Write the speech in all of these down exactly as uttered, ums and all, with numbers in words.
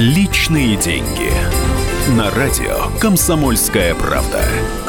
Личные деньги. На радио «Комсомольская правда».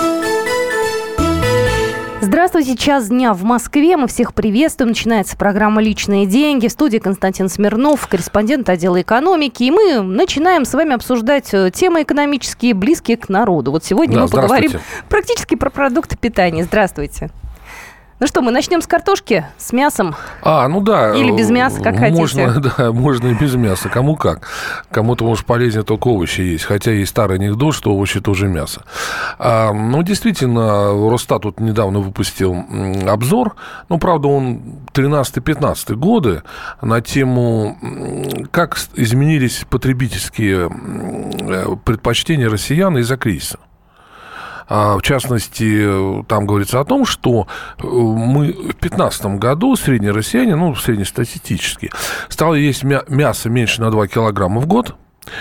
Здравствуйте, час дня в Москве. Мы всех приветствуем. Начинается программа «Личные деньги». В студии Константин Смирнов, корреспондент отдела экономики. И мы начинаем с вами обсуждать темы экономические, близкие к народу. Вот сегодня да, мы поговорим практически про продукты питания. Здравствуйте. Ну что, мы начнем с картошки, с мясом? А, ну да. Или без мяса, как можно, хотите? Да, можно и без мяса. Кому как. Кому-то, может, полезнее только овощи есть. Хотя есть старый анекдот, что овощи тоже мясо. А, ну, действительно, Росстат тут недавно выпустил обзор. Ну, правда, он тринадцатый-пятнадцатый годы на тему, как изменились потребительские предпочтения россиян из-за кризиса. В частности, там говорится о том, что мы в две тысячи пятнадцатом году средний россиянин, ну, среднестатистически, стал есть мясо меньше на два килограмма в год,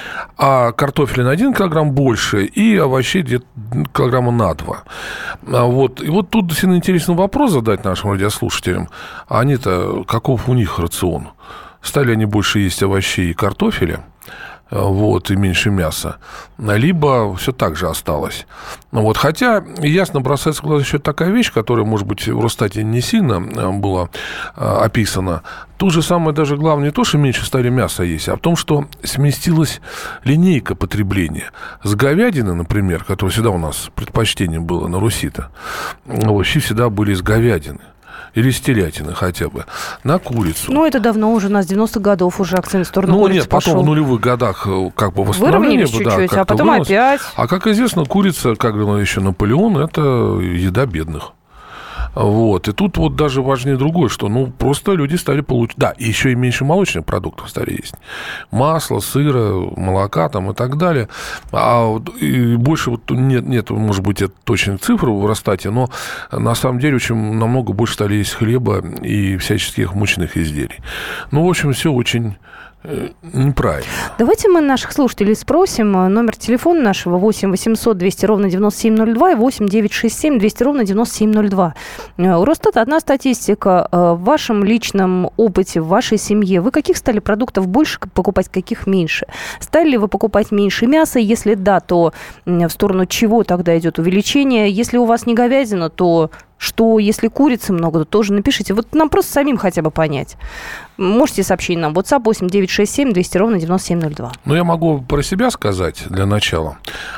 а картофеля на один килограмм больше и овощей где-то килограмма на два. Вот. И вот тут действительно интересный вопрос задать нашим радиослушателям. А они-то, каков у них рацион? Стали они больше есть овощей и картофеля? Вот, и меньше мяса, либо все так же осталось. Вот, хотя ясно бросается в глаза еще такая вещь, которая, может быть, в Росстате не сильно была описана. Тут же самое даже главное не то, что меньше стали мяса есть, а в том, что сместилась линейка потребления. С говядины, например, которая всегда у нас предпочтение было на Руси-то, овощи всегда были из говядины. Или с телятины хотя бы, на курицу. Ну, это давно уже, у нас с девяностых годов уже акцент в сторону ну, курицы нет, потом пошел. В нулевых годах как бы восстановление. Выровнялись чуть-чуть, да, а потом вырос. Опять. А как известно, курица, как говорил еще Наполеон, это еда бедных. Вот. И тут вот даже важнее другое, что ну, просто люди стали получать... Да, и еще и меньше молочных продуктов стали есть. Масло, сыра, молока там и так далее. А и больше вот нет, нет, может быть, это точных цифр в Росстате, но на самом деле очень намного больше стали есть хлеба и всяческих мучных изделий. Ну, в общем, все очень... неправильно. Давайте мы наших слушателей спросим. Номер телефона нашего восемь восемьсот двести ровно девяносто семь ноль два и восемь девятьсот шестьдесят семь двести ровно девяносто семь ноль два. У Росстата одна статистика. В вашем личном опыте, в вашей семье, вы каких стали продуктов больше покупать, каких меньше? Стали ли вы покупать меньше мяса? Если да, то в сторону чего тогда идет увеличение? Если у вас не говядина, то что, если курицы много, то тоже напишите. Вот нам просто самим хотя бы понять. Можете сообщить нам. WhatsApp восемь девятьсот шестьдесят семь двести ровно девяносто семь ноль два. Ну, я могу про себя сказать для начала.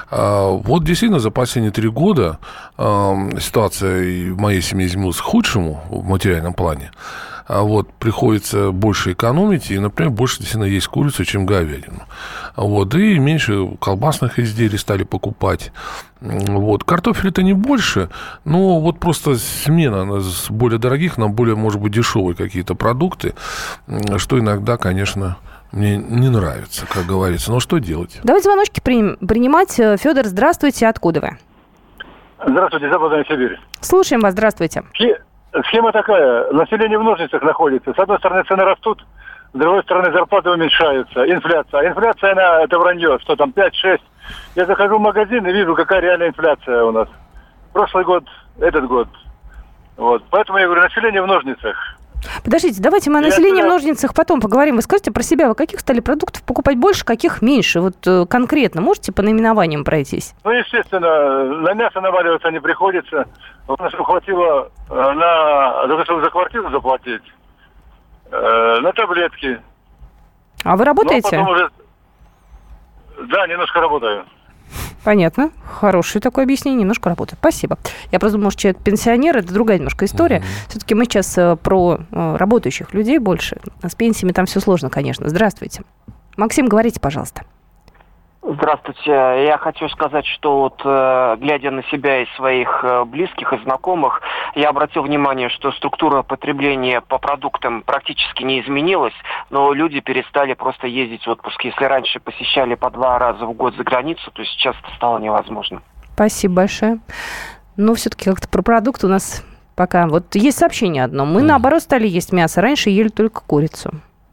Вот действительно за последние три года ситуация в моей семье изменилась к худшему в материальном плане. Вот, приходится больше экономить, и, например, больше действительно есть курицу, чем говядину. Вот, и меньше колбасных изделий стали покупать. Вот, картофеля-то не больше, но вот просто смена с более дорогих на более, может быть, дешевые какие-то продукты, что иногда, конечно, мне не нравится, как говорится. Но что делать? Давайте звоночки при... принимать. Федор, здравствуйте. Откуда вы? Здравствуйте, Западная Сибирь. Слушаем вас, здравствуйте. Схема такая. Население в ножницах находится. С одной стороны, цены растут, с другой стороны, зарплаты уменьшаются. Инфляция. А инфляция, она, это вранье. Что там, пять-шесть. Я захожу в магазин и вижу, какая реальная инфляция у нас. Прошлый год, этот год. Вот. Поэтому я говорю, население в ножницах. Подождите, давайте мы о населении в ножницах потом поговорим. Вы скажите про себя, вы каких стали продуктов покупать больше, каких меньше? Вот э, конкретно можете по наименованиям пройтись? Ну, естественно, на мясо наваливаться не приходится. У нас хватило э, на, за то, чтобы за квартиру заплатить, э, на таблетки. А вы работаете? Ну, а потом уже... Да, немножко работаю. Понятно. Хорошее такое объяснение. Немножко работает. Спасибо. Я просто думала, что человек пенсионер, это другая немножко история. Mm-hmm. Все-таки мы сейчас про работающих людей больше. С пенсиями там все сложно, конечно. Здравствуйте. Максим, говорите, пожалуйста. Здравствуйте. Я хочу сказать, что вот, э, глядя на себя и своих э, близких и знакомых, я обратил внимание, что структура потребления по продуктам практически не изменилась, но люди перестали просто ездить в отпуск. Если раньше посещали по два раза в год за границу, то сейчас это стало невозможно. Спасибо большое. Но все-таки как-то про продукты у нас пока... Вот есть сообщение одно. Мы, mm. наоборот, стали есть мясо. Раньше ели только курицу.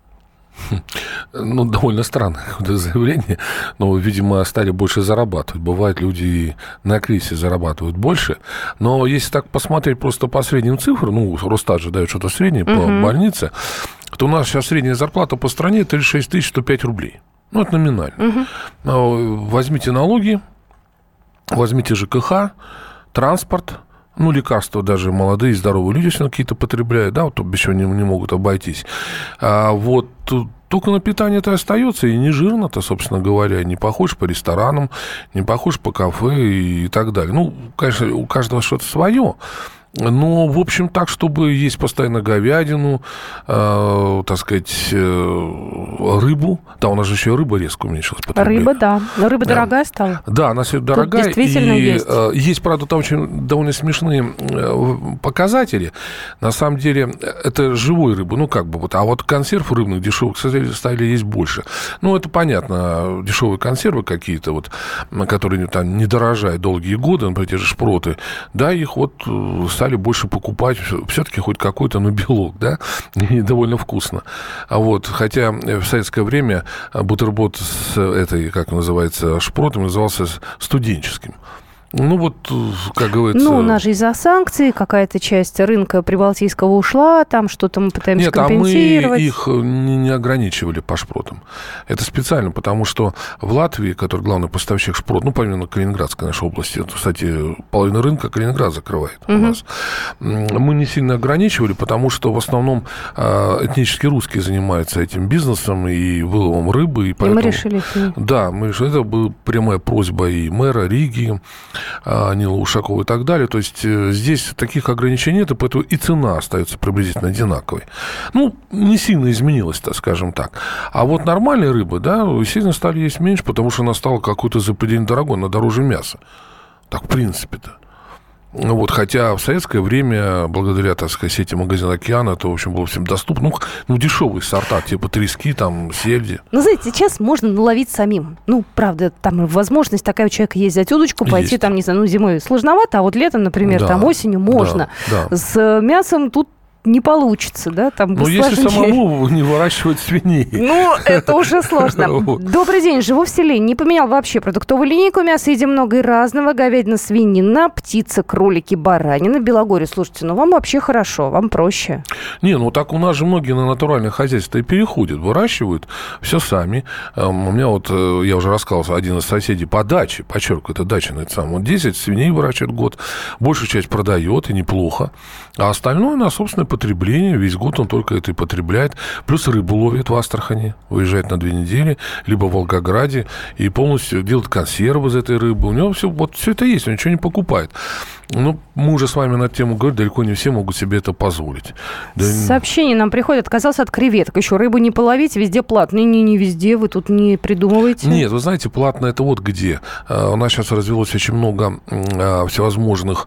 Ну, довольно странное заявление, но, видимо, стали больше зарабатывать. Бывает, люди и на кризисе зарабатывают больше, но если так посмотреть просто по средним цифрам, ну, Росстат же дает что-то среднее по uh-huh. больнице, то у нас сейчас средняя зарплата по стране тридцать шесть тысяч сто пять рублей. Ну, это номинально. Угу. Возьмите налоги, возьмите ЖКХ, транспорт, ну, лекарства даже молодые, здоровые люди все какие-то потребляют, да, вот без чего не, не могут обойтись. А вот только на питание это остается, и не жирно-то, собственно говоря, не похож по ресторанам, не похож по кафе и так далее. Ну, конечно, у каждого что-то свое. Но, в общем, так, чтобы есть постоянно говядину, э, так сказать, э, рыбу. Да, у нас же еще рыба резко уменьшилась. Рыба, да. Но рыба да. дорогая стала. Да, она все дорогая. Тут действительно и, есть. Э, есть, правда, там очень довольно смешные э, показатели. На самом деле, это живой рыбы, ну, как бы вот. А вот консерв рыбных дешевых, кстати, стали есть больше. Ну, это понятно. Дешевые консервы какие-то, вот, которые там не дорожают долгие годы, например, те же шпроты, да, их вот стали больше покупать, все-таки хоть какой-то, ну, белок, да, и довольно вкусно. А вот, хотя в советское время бутерброд с этой, как называется, шпротом назывался студенческим. Ну, вот, как говорится... Ну, у нас же из-за санкций какая-то часть рынка прибалтийского ушла, там что-то мы пытаемся Нет, компенсировать. Нет, а мы их не, не ограничивали по шпротам. Это специально, потому что в Латвии, который главный поставщик шпрот, ну, помимо Калининградской нашей области, кстати, половина рынка Калининград закрывает у угу. нас, мы не сильно ограничивали, потому что в основном этнически русские занимаются этим бизнесом и выловом рыбы. И, поэтому, и мы решили... Да, мы решили, это была прямая просьба и мэра Риги, Нила Ушакова и так далее. То есть здесь таких ограничений нет, и поэтому и цена остается приблизительно одинаковой. Ну, не сильно изменилась, так скажем так. А вот нормальные рыбы, да, естественно, стали есть меньше, потому что она стала какой-то запредельно дорогой, она дороже мяса. Так, в принципе-то. Ну, вот, хотя в советское время, благодаря, так сказать, сети магазина «Океана», это, в общем, было всем доступно. Ну, ну, дешевые сорта, типа трески, там, сельди. Ну, знаете, сейчас можно наловить самим. Ну, правда, там возможность такая у человека есть взять удочку, пойти есть. Там, не знаю, ну, зимой сложновато, а вот летом, например, да, там осенью можно. Да, да. С мясом тут не получится, да, там Ну, если самому не выращивать свиней. Ну, это уже сложно. Добрый день, живу в селе, не поменял вообще продуктовую линейку, мясо едим много и разного, говядина, свинина, птица, кролики, баранина, Белогорье. Слушайте, ну вам вообще хорошо, вам проще. Не, ну так у нас же многие на натуральное хозяйство и переходят, выращивают все сами. У меня вот, я уже рассказывал, один из соседей по даче, подчеркиваю, это дача, на это самое, вот десять свиней выращивает в год, большую часть продает, и неплохо, а остальное на собственное потребление, весь год он только это и потребляет. Плюс рыбу ловит в Астрахани, уезжает на две недели, либо в Волгограде, и полностью делает консервы из этой рыбы. У него все, вот все это есть, он ничего не покупает. Ну, мы уже с вами на эту тему говорили, далеко не все могут себе это позволить. Да... Сообщение нам приходит, отказался от креветок. Еще рыбу не половить, везде платно. Не, не везде, вы тут не придумываете. Нет, вы знаете, платно это вот где. У нас сейчас развелось очень много всевозможных,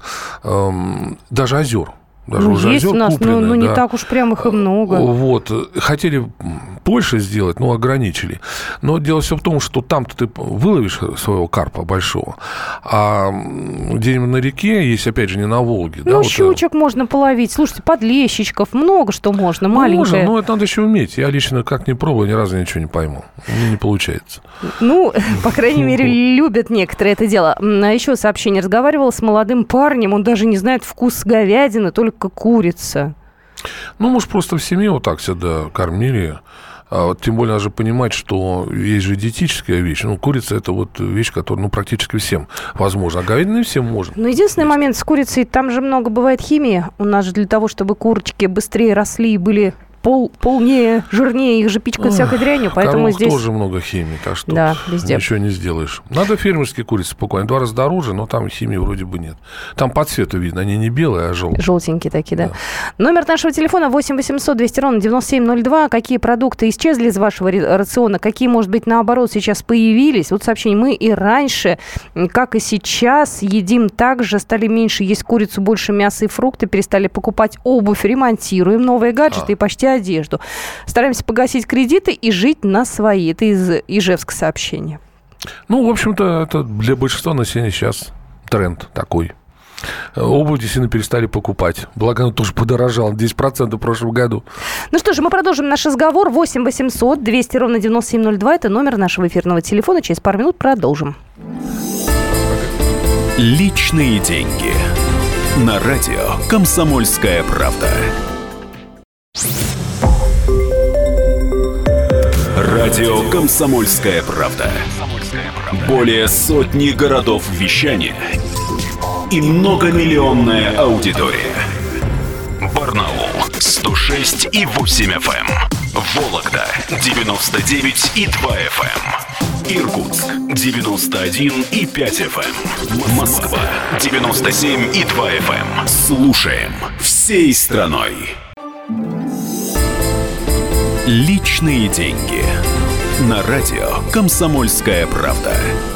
даже озер. Даже ну, уже есть озер у нас, куплены, но, но да. не так уж прям их и много. Вот. Хотели больше сделать, но ограничили. Но дело все в том, что там-то ты выловишь своего карпа большого, а где-нибудь на реке, есть, опять же, не на Волге. Ну, да, щучек вот, можно половить. Слушайте, подлещичков, много что можно, ну, маленькое. Можно, но это надо еще уметь. Я лично как не пробую, ни разу ничего не пойму. Мне не получается. Ну, по крайней мере, любят некоторые это дело. А еще сообщение. Разговаривала с молодым парнем, он даже не знает вкус говядины, только курица. Ну, может, просто в семье вот так всегда кормили. А вот, тем более, надо же понимать, что есть же диетическая вещь. Ну, курица – это вот вещь, которая, ну, практически всем возможна. А говядина всем можно. Но единственный есть. момент с курицей, там же много бывает химии. У нас же для того, чтобы курочки быстрее росли и были... Пол, полнее, жирнее, их же пичкают всякой дрянью, поэтому здесь... тоже много химии, так что да, везде. Ничего не сделаешь. Надо фермерские курицы покупать, два раза дороже, но там химии вроде бы нет. Там по цвету видно, они не белые, а желтые. Желтенькие такие, да. да. Номер нашего телефона восемь восемьсот двести ровно девяносто семь ноль два. Какие продукты исчезли из вашего рациона, какие, может быть, наоборот, сейчас появились? Вот сообщение. Мы и раньше, как и сейчас, едим так же, стали меньше есть курицу, больше мяса и фрукты, перестали покупать обувь, ремонтируем новые гаджеты а. и почти одежду. Стараемся погасить кредиты и жить на свои. Это из Ижевска сообщения. Ну, в общем-то, это для большинства населения сейчас тренд такой. Обувь действительно перестали покупать. Благо, она тоже подорожала десять процентов в прошлом году. Ну что же, мы продолжим наш разговор. восемь восемьсот двести ровно девяносто семь ноль два. Это номер нашего эфирного телефона. Через пару минут продолжим. Личные деньги. На радио «Комсомольская правда». Радио «Комсомольская правда». Более сотни городов вещания и многомиллионная аудитория. Барнаул сто шесть и восемь эф эм, Вологда девяносто девять и два эф эм, Иркутск девяносто один и пять эф эм, Москва девяносто семь и два эф эм. Слушаем всей страной. Личные деньги. На радио «Комсомольская правда».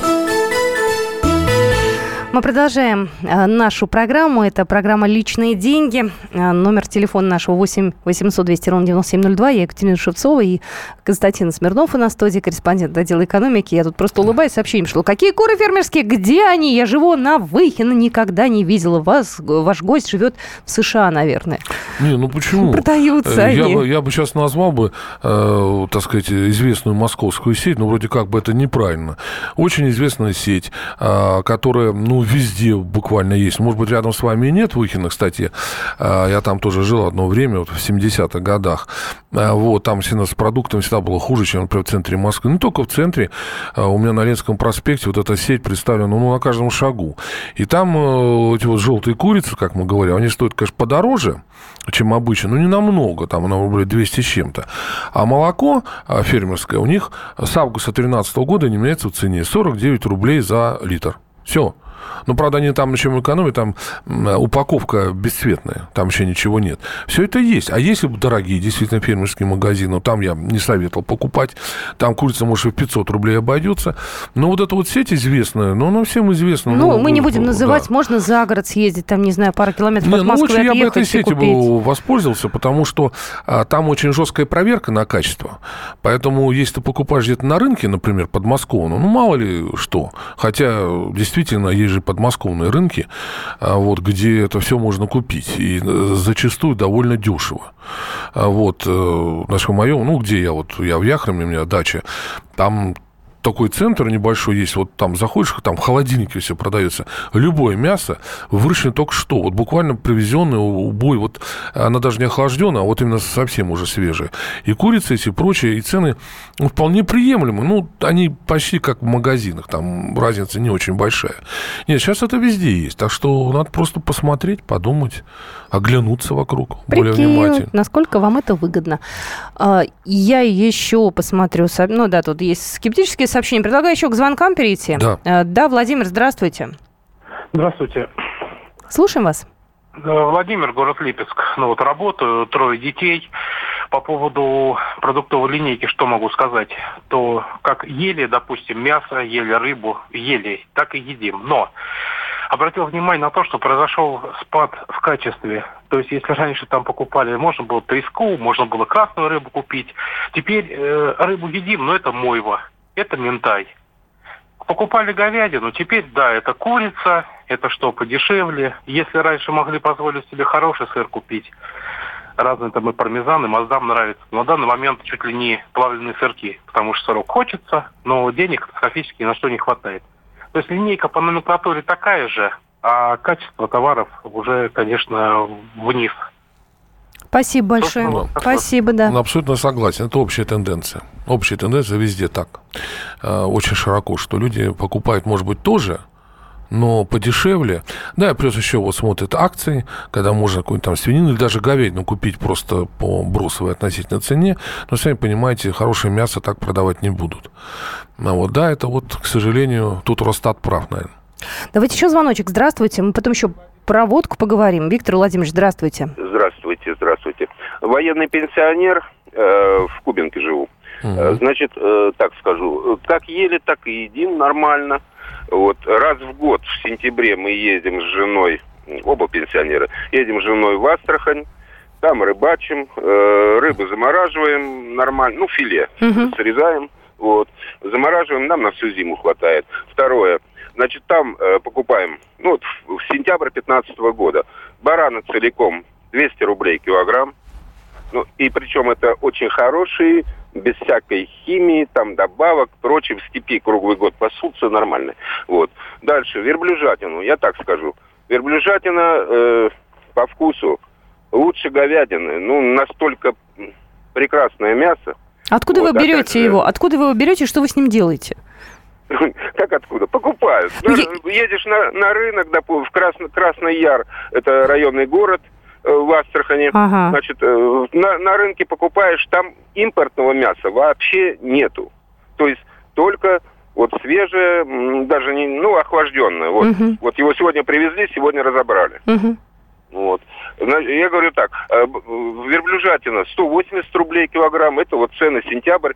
Мы продолжаем нашу программу. Это программа «Личные деньги». Номер телефона нашего восемь восемьсот двести ровно девяносто семь ноль два. Я Екатерина Шевцова и Константин Смирнов у нас в студии, корреспондент отдела экономики. Я тут просто улыбаюсь, сообщением шло. Какие куры фермерские? Где они? Я живу на Выхино, никогда не видела вас. Ваш гость живет в США, наверное. Не, ну почему? Продаются я они. Бы, я бы сейчас назвал бы, э, так сказать, известную московскую сеть, но вроде как бы это неправильно. Очень известная сеть, э, которая, ну, везде буквально есть. Может быть, рядом с вами и нет Выхина, кстати. Я там тоже жил одно время, вот в семидесятых годах. Вот, там всегда с продуктами всегда было хуже, чем, например, в центре Москвы. Не только в центре. У меня на Ленинском проспекте вот эта сеть представлена, ну, на каждом шагу. И там эти вот желтые курицы, как мы говорим, они стоят, конечно, подороже, чем обычно, но не намного, там, на рублей двести с чем-то. А молоко фермерское у них с августа две тысячи тринадцатого года не меняется в цене. сорок девять рублей за литр. Все. Ну, правда, они там на чем экономят, там упаковка бесцветная, там еще ничего нет. Все это есть. А если бы дорогие, действительно, фермерские магазины, там я не советовал покупать, там курица, может, и в пятьсот рублей обойдется. Но вот эта вот сеть известная, ну, она всем известна. Ну, ну мы не ну, будем называть, да. Можно за город съездить, там, не знаю, пару километров не, от Москвы отъехать. Ну, лучше я бы этой сети бы воспользовался, потому что а, там очень жесткая проверка на качество. Поэтому, если ты покупаешь где-то на рынке, например, подмосковном, ну, мало ли что. Хотя, действительно, есть же подмосковные рынки, вот, где это все можно купить. И зачастую довольно дешево. Вот, в моем, ну, где я, вот, я в Яхроме, у меня дача, там такой центр небольшой есть, вот там заходишь, там в холодильнике все продается. Любое мясо выращено только что, вот буквально привезенное, убой, вот она даже не охлажденная, а вот именно совсем уже свежая. И курица, и прочее, и цены, ну, вполне приемлемы. Ну, они почти как в магазинах, там разница не очень большая. Нет, сейчас это везде есть, так что надо просто посмотреть, подумать, оглянуться вокруг более внимательно. Насколько вам это выгодно. Я еще посмотрю, ну да, тут есть скептические сообщения. Предлагаю еще к звонкам перейти. Да, да, Владимир, здравствуйте. Здравствуйте. Слушаем вас. Владимир, город Липецк. Ну вот работаю, трое детей. По поводу продуктовой линейки, что могу сказать? То как ели, допустим, мясо, ели рыбу, ели, так и едим. Но обратил внимание на то, что произошел спад в качестве. То есть, если раньше там покупали, можно было треску, можно было красную рыбу купить. Теперь э, рыбу едим, но это мойва, это минтай. Покупали говядину, теперь, да, это курица, это что, подешевле. Если раньше могли позволить себе хороший сыр купить, разные там и пармезан, и маздам нравится. Но на данный момент чуть ли не плавленые сырки, потому что сырок хочется, но денег катастрофически ни на что не хватает. То есть линейка по номенклатуре такая же, а качество товаров уже, конечно, вниз. Спасибо большое. Да. Спасибо, да. Ну, абсолютно согласен. Это общая тенденция. Общая тенденция везде так. Очень широко, что люди покупают, может быть, тоже, но подешевле. Да, и плюс еще вот смотрят акции, когда можно какую-нибудь там свинину или даже говядину купить просто по бросовой относительно цене. Но, сами понимаете, хорошее мясо так продавать не будут. А вот, да, это вот, к сожалению, тут Росстат прав, наверное. Давайте еще звоночек. Здравствуйте. Мы потом еще про водку поговорим. Виктор Владимирович, здравствуйте. Здравствуйте, здравствуйте. Военный пенсионер, э, в Кубинке живу. Uh-huh. Значит, э, так скажу, как ели, так и едим нормально. Вот раз в год в сентябре мы едем с женой, оба пенсионера, едем с женой в Астрахань, там рыбачим, э, рыбу замораживаем нормально, ну, филе uh-huh. срезаем, вот, замораживаем, нам на всю зиму хватает. Второе, значит, там э, покупаем, ну, вот в, в сентябре пятнадцатого года, барана целиком двести рублей килограмм, ну, и причем это очень хорошие, без всякой химии, там, добавок, прочее, в степи круглый год пасутся, нормально. Вот. Дальше, верблюжатину, я так скажу. Верблюжатина э, по вкусу лучше говядины. Ну, настолько прекрасное мясо. Откуда вот, вы берете его? Откуда вы его берете, что вы с ним делаете? Как откуда? Покупают. Ну, я... Едешь на, на рынок, допустим, в Красно, Красный Яр, это районный город э, в Астрахани, ага. значит, э, на, на рынке покупаешь, там импортного мяса вообще нету. То есть только вот свежее, даже не, ну, охлажденное. Вот, угу. вот его сегодня привезли, сегодня разобрали. Угу. Вот. Я говорю так, верблюжатина сто восемьдесят рублей килограмм, это вот цены сентябрь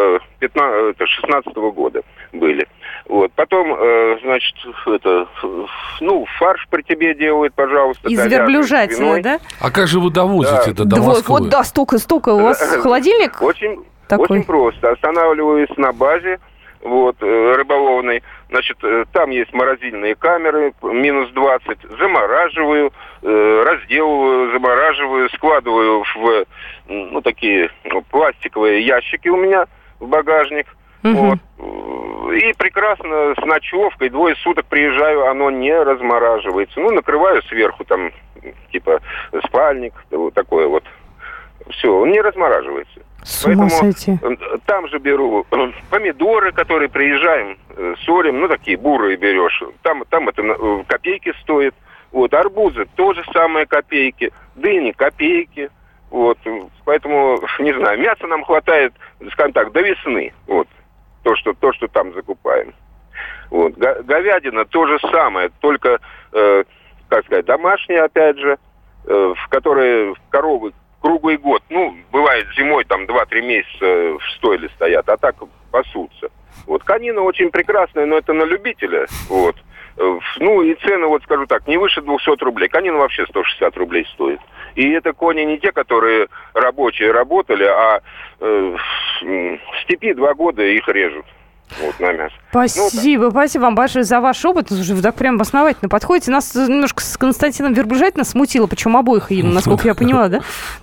шестнадцатого года были. Вот. Потом, значит, это, ну, фарш при тебе делают, пожалуйста. Из верблюжатины, да? А как же вы довозите это да. до Москвы? Вот, да, столько, столько. У вас холодильник очень, такой? Очень просто. Останавливаюсь на базе, вот, рыболовной. Значит, там есть морозильные камеры, минус двадцать. Замораживаю, разделываю, замораживаю, складываю в, ну, такие ну, пластиковые ящики у меня в багажник. Угу. Вот. И прекрасно с ночевкой, двое суток приезжаю, оно не размораживается. Ну, накрываю сверху там, типа, спальник, вот такое вот. Все, он не размораживается. С ума сойти. Там же беру помидоры, которые приезжаем, солим, ну, такие бурые берешь. Там, там это копейки стоит. Вот, арбузы тоже самые копейки. Дыни копейки. Вот, поэтому, не знаю, мяса нам хватает, скажем так, до весны. Вот, то, что, то, что там закупаем. Вот, говядина то же самое, только, э, как сказать, домашняя, опять же, э, в которой коровы круглый год, ну, бывает зимой там два-три месяца в стойле стоят, а так пасутся. Вот, конина очень прекрасная, но это на любителя, вот. Ну, и цены, вот скажу так, не выше двухсот рублей. Конина вообще сто шестьдесят рублей стоит. И это кони не те, которые рабочие работали, а э, в степи два года их режут. Вот, на мясо. Спасибо, ну, спасибо вам большое за ваш опыт. Слушай, вы так прям основательно подходите. Нас немножко с Константином Верблюжатина смутило, причем обоих, насколько я поняла, да?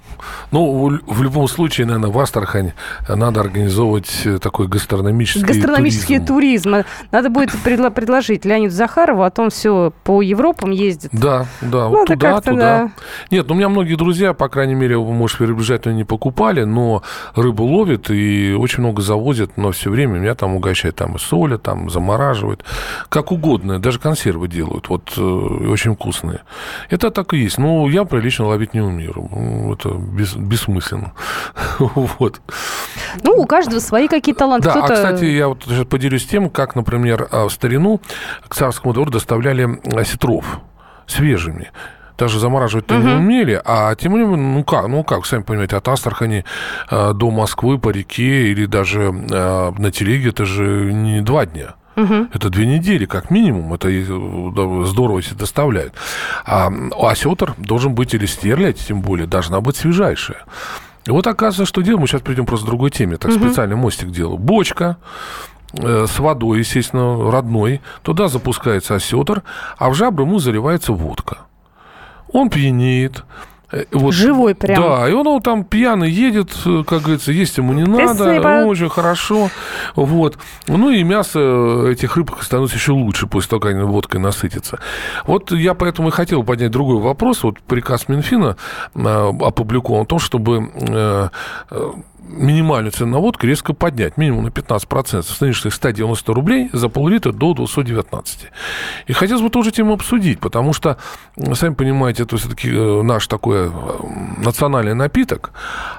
Ну, в любом случае, наверное, в Астрахань надо организовывать такой гастрономический, гастрономический туризм. туризм. Надо будет предло- предложить Леониду Захарову, а то он все по Европам ездит. Да, да, вот туда, туда. Да. Нет, ну, у меня многие друзья, по крайней мере, может, верблюжатину не покупали, но рыбу ловят и очень много завозят, но все время меня там угощают, там и соли, там замораживают, как угодно, даже консервы делают, вот, э, очень вкусные. Это так и есть. Ну, я прилично ловить не умею. Это Бес, бессмысленно. Вот. Ну, у каждого свои какие-то таланты. Да, Кто-то... а, кстати, я вот сейчас поделюсь тем, как, например, в старину к царскому двору доставляли осетров свежими. Даже замораживать-то uh-huh. не умели, а тем не менее, ну как, ну как, сами понимаете, от Астрахани э, до Москвы по реке или даже э, на телеге, это же не два дня. Угу. Это две недели, как минимум. Это здорово, если доставляют. А осетр должен быть, или стерлядь, тем более, должна быть свежайшая. И вот оказывается, что делаем. Мы сейчас перейдем просто к другой теме. Так, угу. специальный мостик делаю. Бочка э, с водой, естественно, родной. Туда запускается осетр, а в жабры ему заливается водка. Он пьянеет. Вот, живой прям. Да, и он, он там пьяный едет, как говорится, есть ему не надо, ну, очень хорошо. Вот. Ну и мясо этих рыб становится еще лучше после того, как они водкой насытятся. Вот я поэтому и хотел поднять другой вопрос. Вот приказ Минфина э, опубликован о том, чтобы э, э, минимальную цену на водку резко поднять, минимум на пятнадцать процентов, с нынешних ста девяноста рублей за пол-литра до двухсот девятнадцати. И хотелось бы тоже тему обсудить, потому что, сами понимаете, это все-таки наш такой национальный напиток,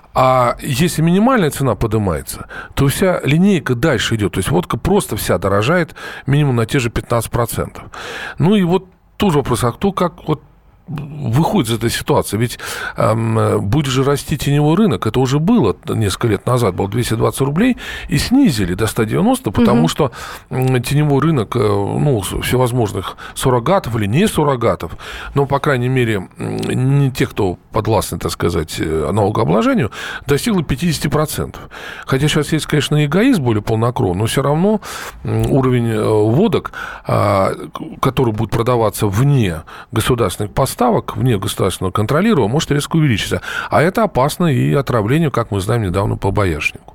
а если минимальная цена поднимается, то вся линейка дальше идет, то есть водка просто вся дорожает минимум на те же пятнадцать процентов. Ну и вот тоже вопрос, а кто как вот выходит из этой ситуации? Ведь э, будет же расти теневой рынок. Это уже было несколько лет назад, было двести двадцать рублей, и снизили до ста девяноста, потому угу. что э, теневой рынок, э, ну, всевозможных суррогатов или не суррогатов, но, по крайней мере, не тех, кто подвластны, так сказать, налогообложению, достигла пятьдесят процентов. Хотя сейчас есть, конечно, эгоизм более полнокровный, но все равно уровень водок, э, который будет продаваться вне государственных поставок, вне государственного контролируемого, может резко увеличиться. А это опасно и отравлению, как мы знаем, недавно по боярышнику.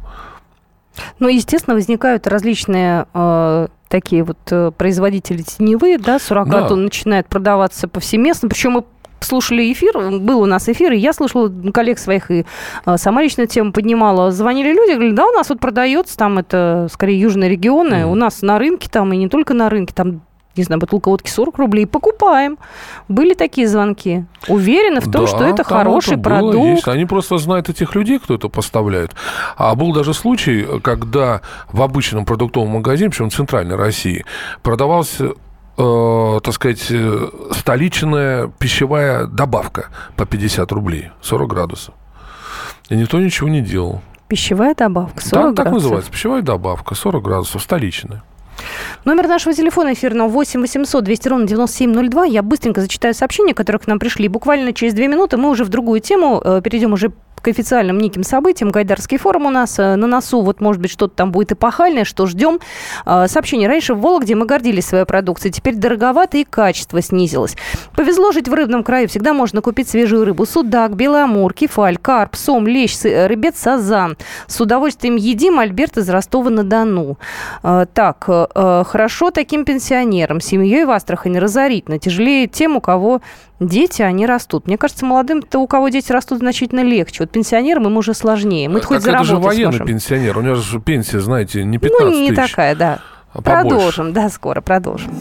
Ну, естественно, возникают различные э, такие вот э, производители теневые, да, суррогат, да. Он начинает продаваться повсеместно, причем и слушали эфир, был у нас эфир, и я слушала коллег своих, и а, сама лично тему поднимала. Звонили люди, говорили, да, у нас вот продается, там это, скорее, южные регионы, mm. у нас на рынке там, и не только на рынке, там, не знаю, бутылка водки сорок рублей, покупаем. Были такие звонки. Уверены в том, да, что это хороший это продукт. Было, есть. Они просто знают этих людей, кто это поставляет. А был даже случай, когда в обычном продуктовом магазине, причем в центральной России, продавался, э, так сказать, столичная пищевая добавка по пятьдесят рублей, сорок градусов. И никто ничего не делал. Пищевая добавка, сорок да, градусов? Так называется, пищевая добавка, сорок градусов, столичная. Номер нашего телефона эфирного восемь восемьсот двести ровно девяносто семь ноль два. Я быстренько зачитаю сообщения, которые к нам пришли. Буквально через две минуты мы уже в другую тему перейдем уже к официальным неким событиям. Гайдарский форум у нас на носу. Вот, может быть, что-то там будет эпохальное, что ждем. Сообщение. Раньше в Вологде мы гордились своей продукцией. Теперь дороговато и качество снизилось. Повезло жить в рыбном краю. Всегда можно купить свежую рыбу. Судак, белый амур, кефаль, карп, сом, лещ, рыбец, сазан. С удовольствием едим. Альберт из Ростова-на-Дону. Так, хорошо таким пенсионерам. Семьей в Астрахани разорительно. Тяжелее тем, у кого дети, они растут. Мне кажется, молодым-то, у кого дети растут, значительно легче. Вот пенсионерам им уже сложнее. Мы-то хоть заработать сможем. Это же военный сможем. Пенсионер. У него же пенсия, знаете, не пятнадцать тысяч. Ну, не такая, да. А продолжим, побольше. да, скоро продолжим.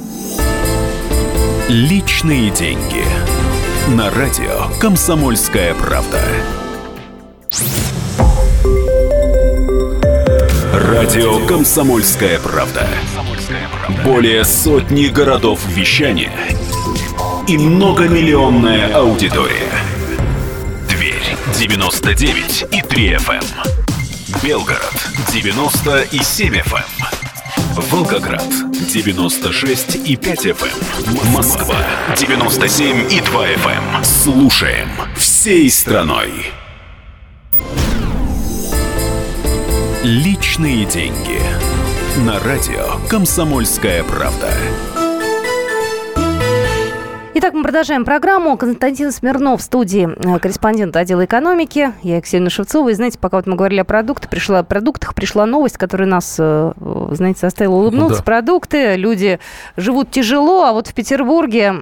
Личные деньги. На радио «Комсомольская правда». Радио «Комсомольская правда». Более сотни городов вещания и многомиллионная аудитория. Тверь девяносто девять и три эф эм. Белгород девяносто и семь эф эм. Волгоград девяносто шесть и пять эф эм. Москва девяносто семь и два эф эм. Слушаем всей страной. Личные деньги. На радио «Комсомольская правда». Итак, мы продолжаем программу. Константин Смирнов в студии, корреспондент отдела экономики. Я Екатерина Шевцова. И знаете, пока вот мы говорили о продуктах, пришла, о продуктах, пришла новость, которая нас, знаете, заставила улыбнуться. Да. Продукты, люди живут тяжело, а вот в Петербурге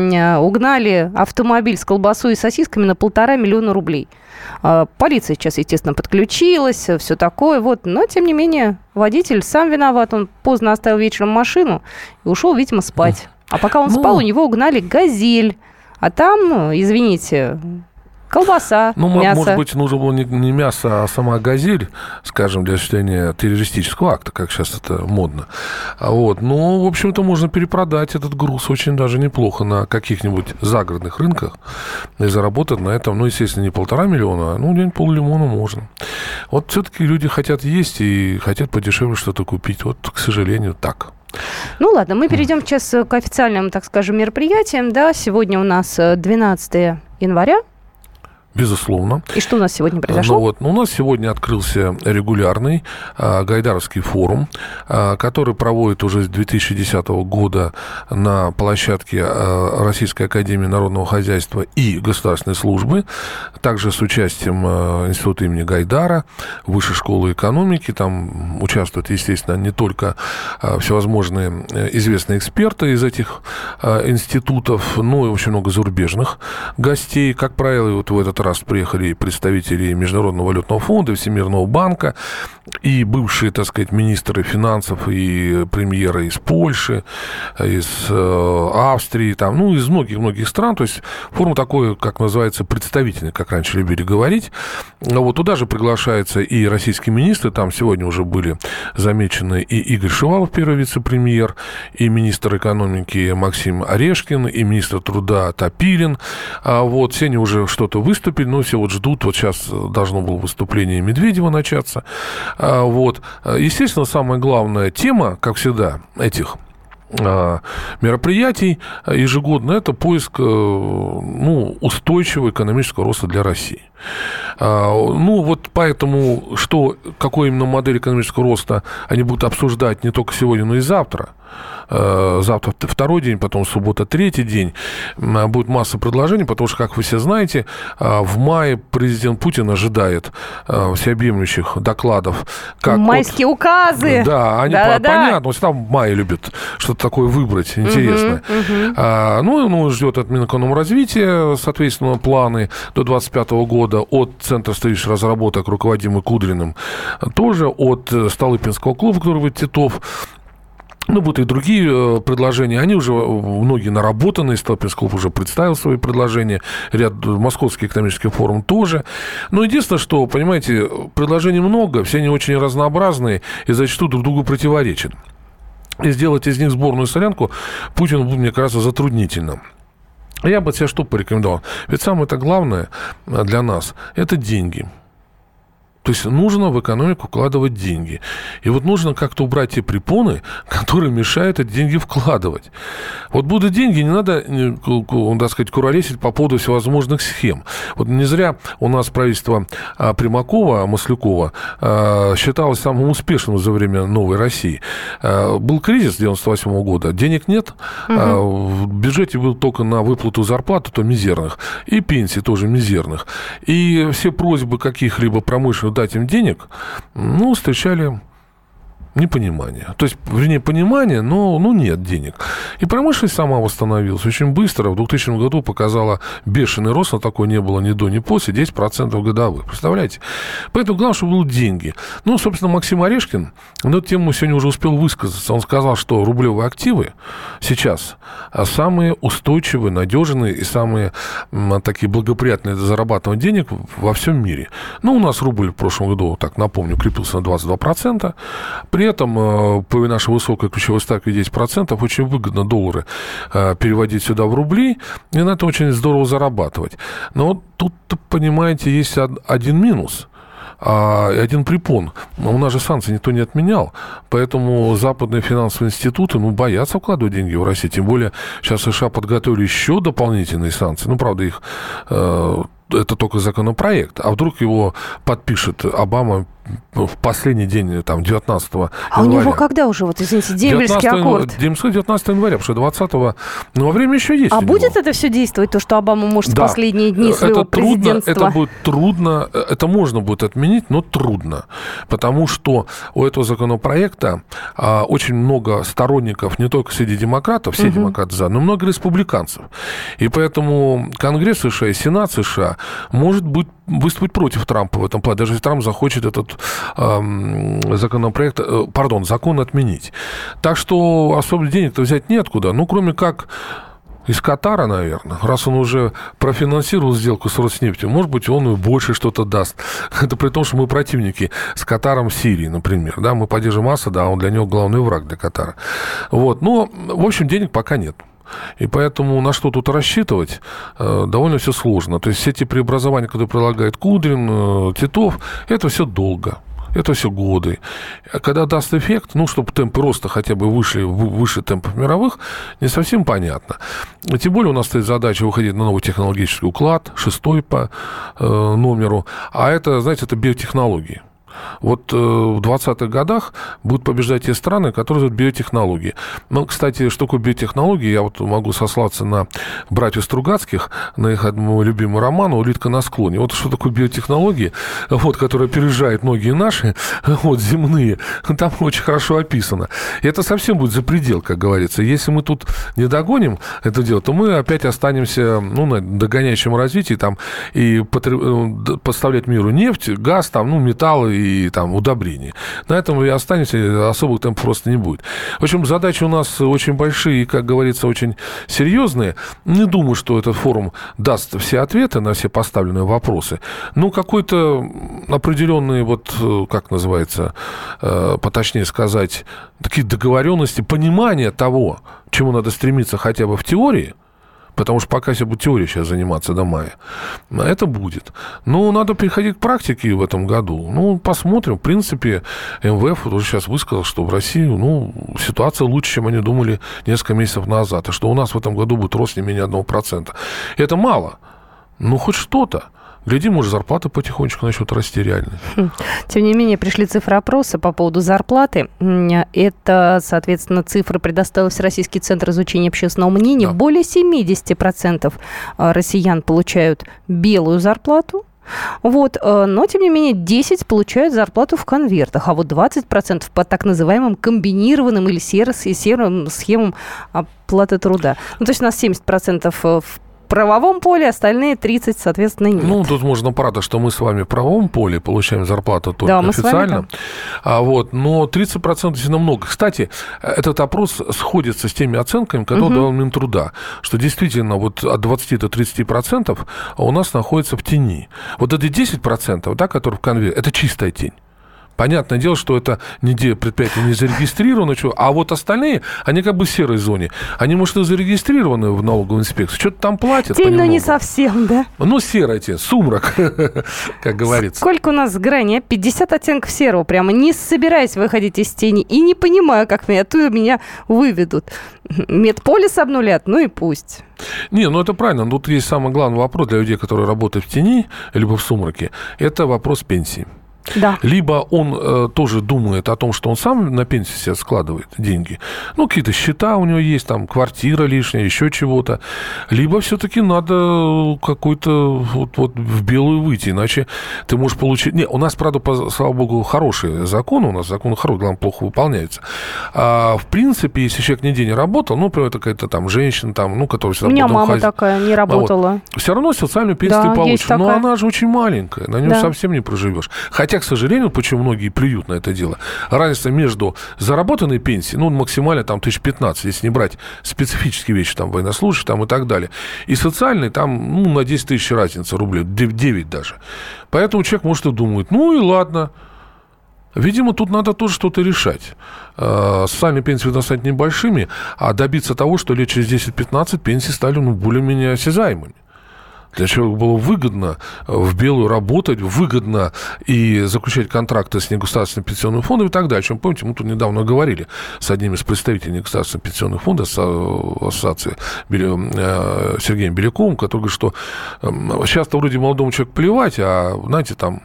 угнали автомобиль с колбасой и сосисками на полтора миллиона рублей. Полиция сейчас, естественно, подключилась, все такое. Вот. Но, тем не менее, водитель сам виноват. Он поздно оставил вечером машину и ушел, видимо, спать. А пока он ну, спал, у него угнали «Газель». А там, извините, колбаса, ну, мясо. Может быть, нужно было не, не мясо, а сама «Газель», скажем, для осуществления террористического акта, как сейчас это модно. Вот. Ну, в общем-то, можно перепродать этот груз очень даже неплохо на каких-нибудь загородных рынках и заработать на этом, ну, естественно, не полтора миллиона, а ну, день поллимона можно. Вот все-таки люди хотят есть и хотят подешевле что-то купить. Вот, к сожалению, так. Ну ладно, мы перейдем сейчас к официальным, так скажем, мероприятиям. Да, сегодня у нас двенадцатое января. Безусловно. И что у нас сегодня произошло? Ну, вот, ну, у нас сегодня открылся регулярный а, Гайдаровский форум, а, который проводит уже с две тысячи десятого года на площадке а, Российской академии народного хозяйства и государственной службы, также с участием а, Института имени Гайдара, Высшей школы экономики. Там участвуют, естественно, не только а, всевозможные известные эксперты из этих а, институтов, но и очень много зарубежных гостей. Как правило, вот в этот раз приехали представители Международного валютного фонда, Всемирного банка и бывшие, так сказать, министры финансов и премьеры из Польши, из э, Австрии, там, ну, из многих-многих стран. То есть форум такой, как называется, представительный, как раньше любили говорить. Вот туда же приглашаются и российские министры. Там сегодня уже были замечены и Игорь Шувалов, первый вице-премьер, и министр экономики Максим Орешкин, и министр труда Топилин. Вот, все они уже что-то выступили. Ну, все вот ждут, вот сейчас должно было выступление Медведева начаться. Вот. Естественно, самая главная тема, как всегда, этих мероприятий ежегодно — это поиск, ну, устойчивого экономического роста для России. Ну, вот поэтому, что, какой именно модель экономического роста они будут обсуждать не только сегодня, но и завтра. Завтра второй день, потом суббота третий день. Будет масса предложений, потому что, как вы все знаете, в мае президент Путин ожидает всеобъемлющих докладов. Как майские от... указы. Да, они да, по- да, понятно. Вот там в мае любят что-то такое выбрать интересное. Uh-huh, uh-huh. А, ну, ну, ждет от Минэкономразвития, соответственно, планы до двадцать пятого года от Центра стратегических разработок, руководимый Кудриным, тоже от Столыпинского клуба, который будет Титов. Ну, будут и другие предложения. Они уже, многие наработаны. Столыпинский клуб уже представил свои предложения. Ряд Московский экономический форум тоже. Но единственное, что, понимаете, предложений много, все они очень разнообразные и зачастую друг другу противоречат. И сделать из них сборную солянку Путину будет, мне кажется, затруднительно. Я бы тебе что порекомендовал? Ведь самое-то главное для нас – это деньги. То есть нужно в экономику вкладывать деньги. И вот нужно как-то убрать те препоны, которые мешают эти деньги вкладывать. Вот будут деньги, не надо, так сказать, куролесить по поводу всевозможных схем. Вот не зря у нас правительство Примакова, Маслякова считалось самым успешным за время новой России. Был кризис девяносто восьмого года, денег нет, угу. В бюджете был только на выплату зарплаты, то мизерных, и пенсий тоже мизерных. И все просьбы каких-либо промышленных дать им денег, ну, встречали непонимание. То есть, вернее, понимание, но ну, нет денег. И промышленность сама восстановилась очень быстро. В двухтысячном году показала бешеный рост, но такой не было ни до, ни после, десять процентов годовых. Представляете? Поэтому главное, чтобы были деньги. Ну, собственно, Максим Орешкин на эту тему сегодня уже успел высказаться. Он сказал, что рублевые активы сейчас самые устойчивые, надежные и самые м, такие благоприятные для зарабатывания денег во всем мире. Ну, у нас рубль в прошлом году, так напомню, крепился на двадцать два процента. При этом по нашей высокой ключевой ставке десять процентов очень выгодно доллары переводить сюда в рубли, и на это очень здорово зарабатывать. Но вот тут, понимаете, есть один минус. Один препон. У нас же санкции никто не отменял, поэтому западные финансовые институты ну, боятся вкладывать деньги в Россию. Тем более сейчас США подготовили еще дополнительные санкции. Ну, правда, их... это только законопроект, а вдруг его подпишет Обама в последний день, там, девятнадцатого а января. А у него когда уже, вот, извините, дембельский аккорд? девятнадцатого января, потому что двадцатого, ну, во время еще есть. А будет это все действовать, то, что Обама может да. в последние дни своего это трудно, президентства? Это будет трудно, это можно будет отменить, но трудно, потому что у этого законопроекта а, очень много сторонников, не только среди демократов, все угу. демократы за, но много республиканцев. И поэтому Конгресс США и Сенат США может быть выступить против Трампа в этом плане, даже если Трамп захочет этот э, законопроект, э, пардон, закон отменить. Так что особо денег-то взять неоткуда, ну, кроме как из Катара, наверное, раз он уже профинансировал сделку с Роснефтью, может быть, он и больше что-то даст. Это при том, что мы противники с Катаром в Сирии, например, да, мы поддерживаем Асада, а он для него главный враг для Катара. Вот, но, в общем, денег пока нет. И поэтому на что тут рассчитывать э, довольно все сложно. То есть все эти преобразования, которые предлагает Кудрин, э, Титов, это все долго. Это все годы. Когда даст эффект, ну, чтобы темпы роста хотя бы вышли выше темпов мировых, не совсем понятно. Тем более у нас стоит задача выходить на новый технологический уклад, шестой по э, номеру. А это, знаете, это биотехнологии. Вот э, в двадцатых годах будут побеждать те страны, которые идут биотехнологии. Ну, кстати, что такое биотехнологии, я вот могу сослаться на братьев Стругацких, на их мой любимый роман «Улитка на склоне». Вот что такое биотехнологии, вот, которые опережают многие наши, вот, земные, там очень хорошо описано. И это совсем будет за предел, как говорится. Если мы тут не догоним это дело, то мы опять останемся ну, на догоняющем развитии там, и потреб... поставлять миру нефть, газ, там, ну, металлы и там удобрения. На этом и останемся, особых темпов просто не будет. В общем, задачи у нас очень большие и, как говорится, очень серьезные. Не думаю, что этот форум даст все ответы на все поставленные вопросы. Но какой-то определенный, вот, как называется, поточнее сказать, такие договоренности, понимание того, к чему надо стремиться хотя бы в теории, потому что пока все будет теория сейчас заниматься до мая. Это будет. Но надо переходить к практике в этом году. Ну, посмотрим. В принципе, эм вэ эф уже сейчас высказал, что в России, ну, ситуация лучше, чем они думали несколько месяцев назад. И что у нас в этом году будет рост не менее одного процента. Это мало. Ну, хоть что-то. Гляди, может, зарплата потихонечку начнет расти реально. Тем не менее, пришли цифры опроса по поводу зарплаты. Это, соответственно, цифры предоставил Всероссийский центр изучения общественного мнения. Да. Более семьдесят процентов россиян получают белую зарплату. Вот, но, тем не менее, десять процентов получают зарплату в конвертах, а вот двадцать процентов по так называемым комбинированным или серым схемам оплаты труда. Ну, то есть у нас семьдесят процентов в правовом поле, остальные тридцать, соответственно, нет. Ну, тут можно, правда, что мы с вами в правовом поле получаем зарплату только да, официально. А вот, но тридцать процентов действительно много. Кстати, этот опрос сходится с теми оценками, которые угу. давал Минтруда, что действительно вот от двадцати до тридцати процентов у нас находится в тени. Вот эти десять процентов, да, которые в конверте, это чистая тень. Понятное дело, что это нигде предприятие не зарегистрировано, а вот остальные, они как бы в серой зоне. Они, может, и зарегистрированы в налоговой инспекции, что-то там платят. Тень, но не совсем, да? Ну, серая тень, сумрак, как говорится. Сколько у нас граней? пятьдесят оттенков серого, прямо не собираясь выходить из тени и не понимаю, как меня оттуда меня выведут. Медполис обнулят, ну и пусть. Не, ну это правильно. Тут есть самый главный вопрос для людей, которые работают в тени, либо в сумраке. Это вопрос пенсии. Да. Либо он э, тоже думает о том, что он сам на пенсию себе складывает деньги. Ну, какие-то счета у него есть, там, квартира лишняя, еще чего-то. Либо все-таки надо какой-то вот, вот в белую выйти, иначе ты можешь получить... Не, у нас, правда, по, слава богу, хорошие законы, у нас законы хорошие, главное, плохо выполняются. А, в принципе, если человек нигде не работал, ну, например, какая-то там женщина, там, ну, которая всегда... У меня мама такая не работала. Вот, все равно социальную пенсию да, ты получишь. Но она же очень маленькая, на нее да. совсем не проживешь. Хотя, к сожалению, почему многие плюют на это дело, разница между заработанной пенсией, ну, максимально там тысяч пятнадцать, если не брать специфические вещи, там, военнослужащих, там, и так далее, и социальной, там, ну, на десять тысяч разница рублей, девять даже. Поэтому человек, может, и думает, ну, и ладно. Видимо, тут надо тоже что-то решать. Социальные пенсии должны стать небольшими, а добиться того, что лет через десять-пятнадцать пенсии стали, ну, более-менее осязаемыми. Для человека было выгодно в белую работать, выгодно и заключать контракты с негосударственным пенсионным фондом и так далее. Чем, помните, мы тут недавно говорили с одним из представителей негосударственных пенсионных фондов, с ассоциацией Сергеем Беляковым, который говорит, что сейчас-то вроде молодому человеку плевать, а, знаете, там...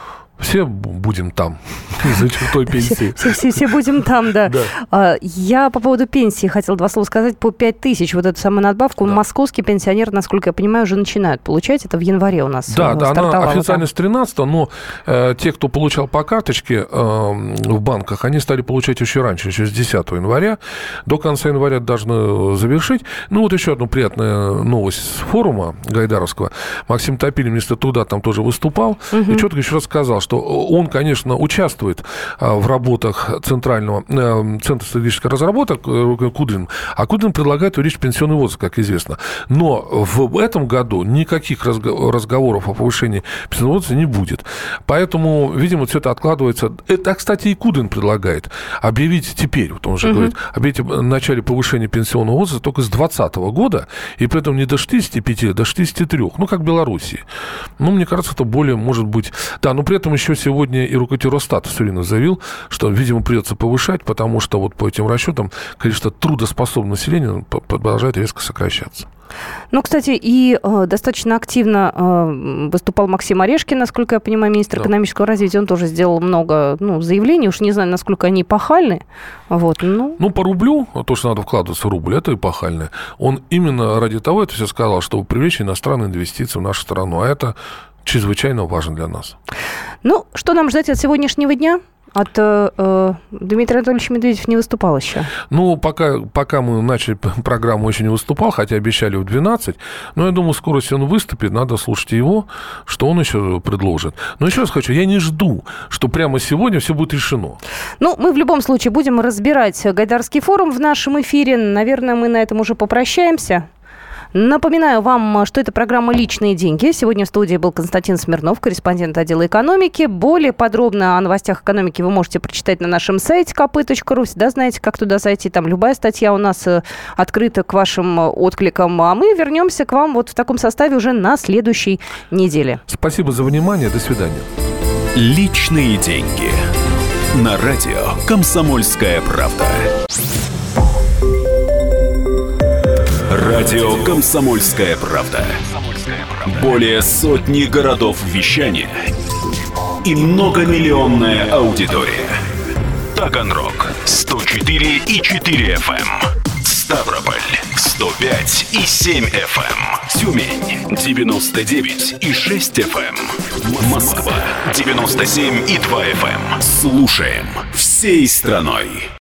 Все будем там, за чертой пенсии. Все, все, все будем там, да. да. Я по поводу пенсии хотела два слова сказать. По пять тысяч, вот эту самую надбавку, да. московские пенсионеры, насколько я понимаю, уже начинают получать. Это в январе у нас Да, да, она официально да. с тринадцатого, но э, те, кто получал по карточке э, в банках, они стали получать еще раньше, еще с десятого января. До конца января должны завершить. Ну, вот еще одна приятная новость с форума Гайдаровского. Максим Топилин, министр труда, там тоже выступал. Угу. И четко еще раз сказал, что он, конечно, участвует в работах Центрального Центра стратегических разработок Кудрин, а Кудрин предлагает увеличить пенсионный возраст, как известно. Но в этом году никаких разговоров о повышении пенсионного возраста не будет. Поэтому, видимо, все это откладывается. Это, кстати, и Кудрин предлагает объявить теперь, вот он уже угу. говорит, объявить о начале повышения пенсионного возраста только с двадцатого года, и при этом не до шестидесяти пяти, а до шестидесяти трёх, ну, как в Белоруссии. Ну, мне кажется, это более, может быть... Да, но при этом еще сегодня и руководитель Росстата все время заявил, что, видимо, придется повышать, потому что вот по этим расчетам количество трудоспособного населения продолжает резко сокращаться. Ну, кстати, и э, достаточно активно э, выступал Максим Орешкин, насколько я понимаю, министр да. экономического развития. Он тоже сделал много ну, заявлений. Уж не знаю, насколько они эпохальны. Вот, ну. ну, по рублю, то, что надо вкладываться в рубль, это эпохальное. Он именно ради того это все сказал, чтобы привлечь иностранные инвестиции в нашу страну. А это чрезвычайно важно для нас. Ну, что нам ждать от сегодняшнего дня? От э, Дмитрий Анатольевич Медведев не выступал еще. Ну, пока, пока мы начали программу, еще не выступал, хотя обещали в двенадцать. Но я думаю, скоро, если он выступит, надо слушать его, что он еще предложит. Но еще раз хочу, я не жду, что прямо сегодня все будет решено. Ну, мы в любом случае будем разбирать Гайдарский форум в нашем эфире. Наверное, мы на этом уже попрощаемся. Напоминаю вам, что это программа «Личные деньги». Сегодня в студии был Константин Смирнов, корреспондент отдела экономики. Более подробно о новостях экономики вы можете прочитать на нашем сайте ка пэ точка ру. Всегда знаете, как туда зайти. Там любая статья у нас открыта к вашим откликам. А мы вернемся к вам вот в таком составе уже на следующей неделе. Спасибо за внимание. До свидания. «Личные деньги». На радио «Комсомольская правда». Радио «Комсомольская правда». Более сотни городов вещания и многомиллионная аудитория. Таганрог сто четыре и четыре эф эм, Ставрополь сто пять и семь эф эм, Тюмень девяносто девять и шесть эф эм, Москва девяносто семь и два эф эм. Слушаем всей страной.